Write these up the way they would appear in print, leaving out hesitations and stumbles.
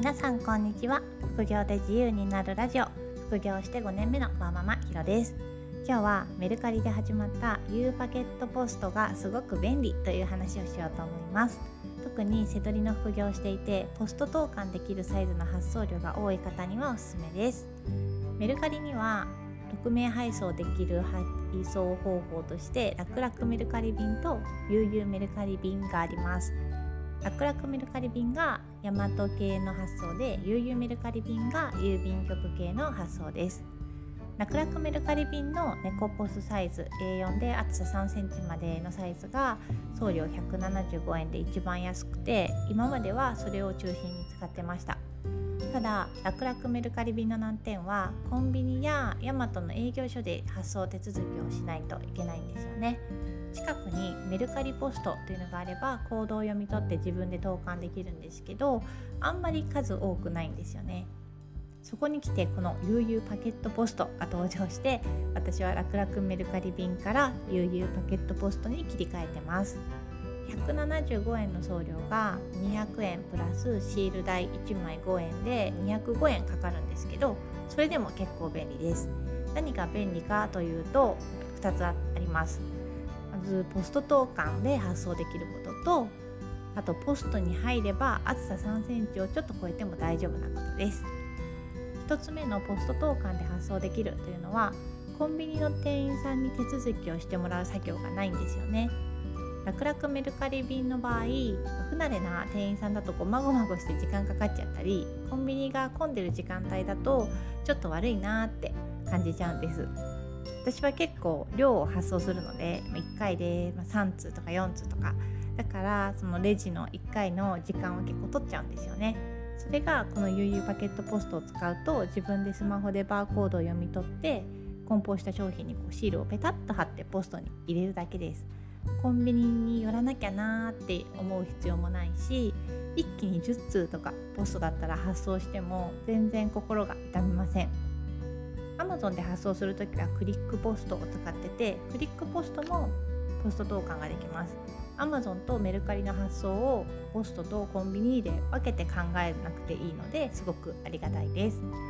皆さんこんにちは。副業で自由になるラジオ、副業して5年目のワーママひろです。今日はメルカリで始まった U パケットポストがすごく便利という話をしようと思います。特に背取りの副業をしていてポスト投函できるサイズの発送量が多い方にはおすすめです。メルカリには匿名配送できる配送方法として楽々メルカリ便と悠々メルカリ便があります。楽々メルカリ便が大和系の発送で、悠々メルカリ便が郵便局系の発送です。楽々メルカリ便の猫ポスサイズ A4 で厚さ3センチまでのサイズが送料175円で一番安くて、今まではそれを中心に使ってました。ただ楽々メルカリ便の難点はコンビニやヤマトの営業所で発送手続きをしないといけないんですよね。近くにメルカリポストというのがあればコードを読み取って自分で投函できるんですけど、あんまり数多くないんですよね。そこに来てこの悠々パケットポストが登場して、私は楽々メルカリ便から悠々パケットポストに切り替えてます。175円の送料が200円プラスシール代1枚5円で205円かかるんですけど、それでも結構便利です。何が便利かというと2つあります。まずポスト投函で発送できることと、あとポストに入れば厚さ3センチをちょっと超えても大丈夫なことです。1つ目のポスト投函で発送できるというのは、コンビニの店員さんに手続きをしてもらう作業がないんですよね。楽々メルカリ便の場合、不慣れな店員さんだとまごまごして時間かかっちゃったり、コンビニが混んでる時間帯だとちょっと悪いなって感じちゃうんです。私は結構量を発送するので1回で3通とか4通とかだから、そのレジの1回の時間を結構取っちゃうんですよね。それがこの悠々パケットポストを使うと、自分でスマホでバーコードを読み取って梱包した商品にシールをペタッと貼ってポストに入れるだけです。コンビニに寄らなきゃなーって思う必要もないし、一気に10通とかポストだったら発送しても全然心が痛みません。Amazon で発送するときはクリックポストを使ってて、クリックポストもポスト投函ができます。Amazon とメルカリの発送をポストとコンビニで分けて考えなくていいので、すごくありがたいです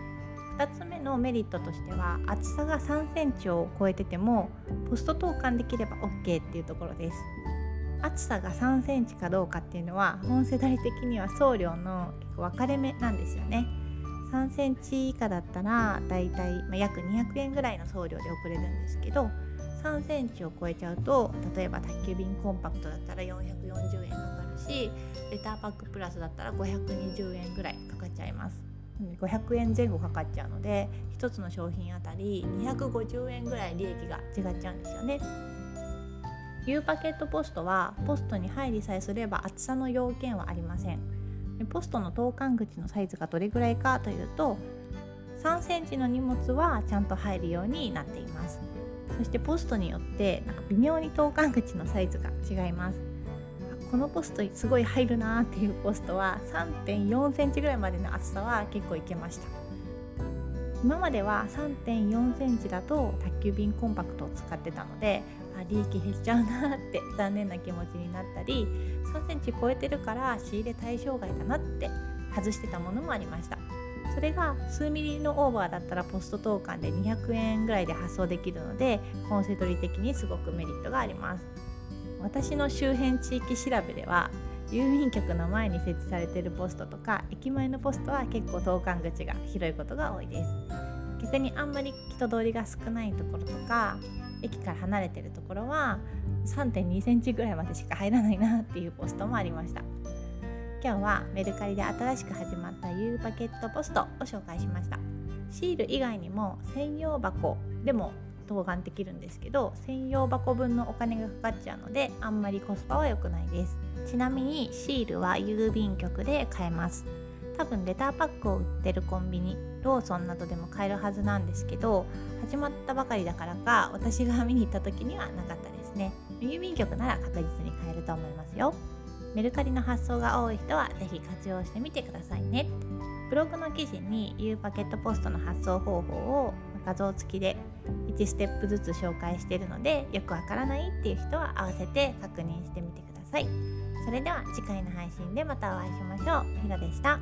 。2つ目のメリットとしては、厚さが3センチを超えててもポスト投函できれば OK っていうところです。厚さが3センチかどうかっていうのは本世代的には送料の結構分かれ目なんですよね。3センチ以下だったらだいたい約200円ぐらいの送料で送れるんですけど、3センチを超えちゃうと、例えば宅急便コンパクトだったら440円かかるし、レターパックプラスだったら520円ぐらいかかっちゃいます。500円前後かかっちゃうので、1つの商品あたり250円ぐらい利益が違っちゃうんですよね。U パケットポストはポストに入りさえすれば厚さの要件はありません。ポストの投函口のサイズがどれぐらいかというと、3センチの荷物はちゃんと入るようになっています。そしてポストによって微妙に投函口のサイズが違います。このポストすごい入るなっていうポストは 3.4 センチぐらいまでの厚さは結構いけました。今までは 3.4 センチだと宅急便コンパクトを使ってたので、利益減っちゃうなって残念な気持ちになったり、3センチ超えてるから仕入れ対象外だなって外してたものもありました。それが数ミリのオーバーだったらポスト投函で200円ぐらいで発送できるので、本セ取り的にすごくメリットがあります。私の周辺地域調べでは、郵便局の前に設置されているポストとか駅前のポストは結構投函口が広いことが多いです。逆にあんまり人通りが少ないところとか駅から離れているところは 3.2 センチぐらいまでしか入らないなっていうポストもありました。今日はメルカリで新しく始まった U パケットポストを紹介しました。シール以外にも専用箱でも投函できるんですけど、専用箱分のお金がかかっちゃうのであんまりコスパは良くないです。ちなみにシールは郵便局で買えます。多分レターパックを売ってるコンビニ、ローソンなどでも買えるはずなんですけど、始まったばかりだからか私が見に行った時にはなかったですね。郵便局なら確実に買えると思いますよ。メルカリの発送が多い人はぜひ活用してみてくださいね。ブログの記事に U パケットポストの発送方法を画像付きで1ステップずつ紹介しているので、よくわからないっていう人は合わせて確認してみてください。それでは次回の配信でまたお会いしましょう。ひろでした。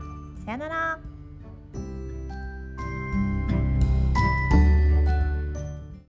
さよなら。